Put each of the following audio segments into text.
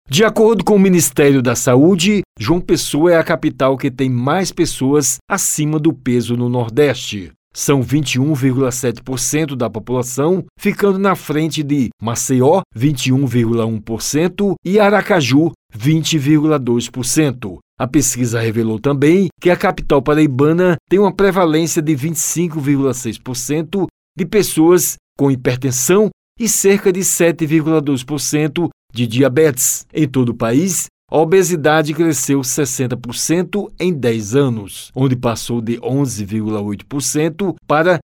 De acordo com o Ministério da Saúde, João Pessoa é a capital que tem mais pessoas acima do peso no Nordeste. São 21,7% da população, ficando na frente de Maceió, 21,1%, e Aracaju, 20,2%. A pesquisa revelou também que a capital paraibana tem uma prevalência de 25,6% de pessoas com hipertensão e cerca de 7,2% de diabetes. Em todo o país, a obesidade cresceu 60% em 10 anos, onde passou de 11,8% para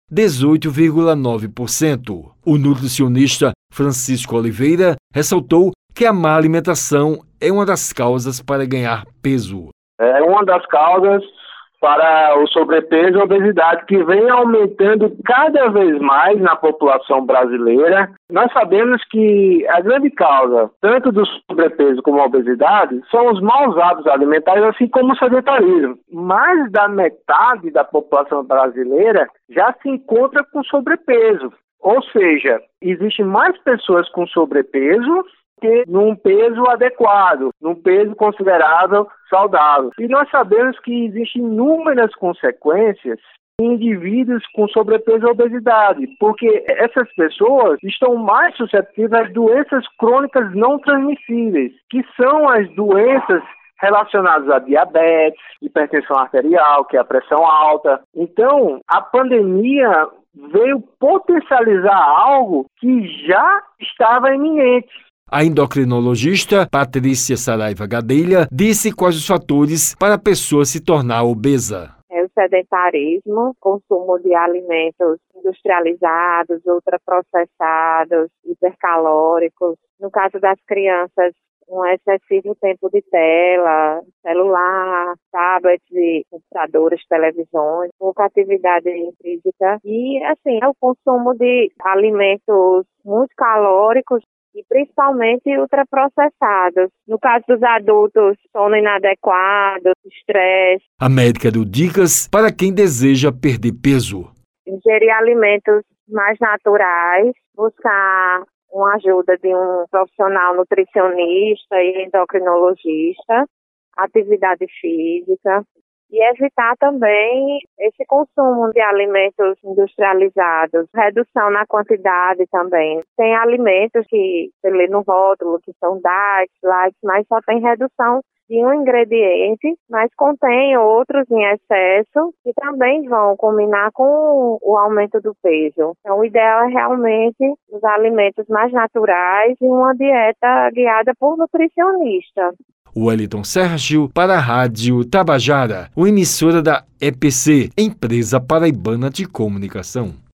18,9%. O nutricionista Francisco Oliveira ressaltou que a má alimentação é uma das causas para ganhar peso. É uma das causas para o sobrepeso e a obesidade, que vem aumentando cada vez mais na população brasileira. Nós sabemos que a grande causa, tanto do sobrepeso como a obesidade, são os maus hábitos alimentares, assim como o sedentarismo. Mais da metade da população brasileira já se encontra com sobrepeso. Ou seja, existem mais pessoas com sobrepeso que num peso adequado, num peso considerável saudável. E nós sabemos que existem inúmeras consequências em indivíduos com sobrepeso e obesidade, porque essas pessoas estão mais suscetíveis às doenças crônicas não transmissíveis, que são as doenças relacionadas a diabetes, hipertensão arterial, que é a pressão alta. Então, a pandemia veio potencializar algo que já estava iminente. A endocrinologista Patrícia Saraiva Gadelha disse quais os fatores para a pessoa se tornar obesa. É o sedentarismo, consumo de alimentos industrializados, ultraprocessados, hipercalóricos. No caso das crianças, um excessivo tempo de tela, celular, tablets e computadores, televisões, pouca atividade física e, assim, o consumo de alimentos muito calóricos e principalmente ultraprocessados. No caso dos adultos, sono inadequado, estresse. A médica deu dicas para quem deseja perder peso. Ingerir alimentos mais naturais, buscar uma ajuda de um profissional nutricionista e endocrinologista, atividade física e evitar também esse consumo de alimentos industrializados, redução na quantidade também. Tem alimentos que você lê no rótulo que são diets, light, mas só tem redução de um ingrediente, mas contém outros em excesso que também vão combinar com o aumento do peso. Então, o ideal é realmente os alimentos mais naturais e uma dieta guiada por nutricionista. Wellington Sérgio para a Rádio Tabajara, uma emissora da EPC, Empresa Paraibana de Comunicação.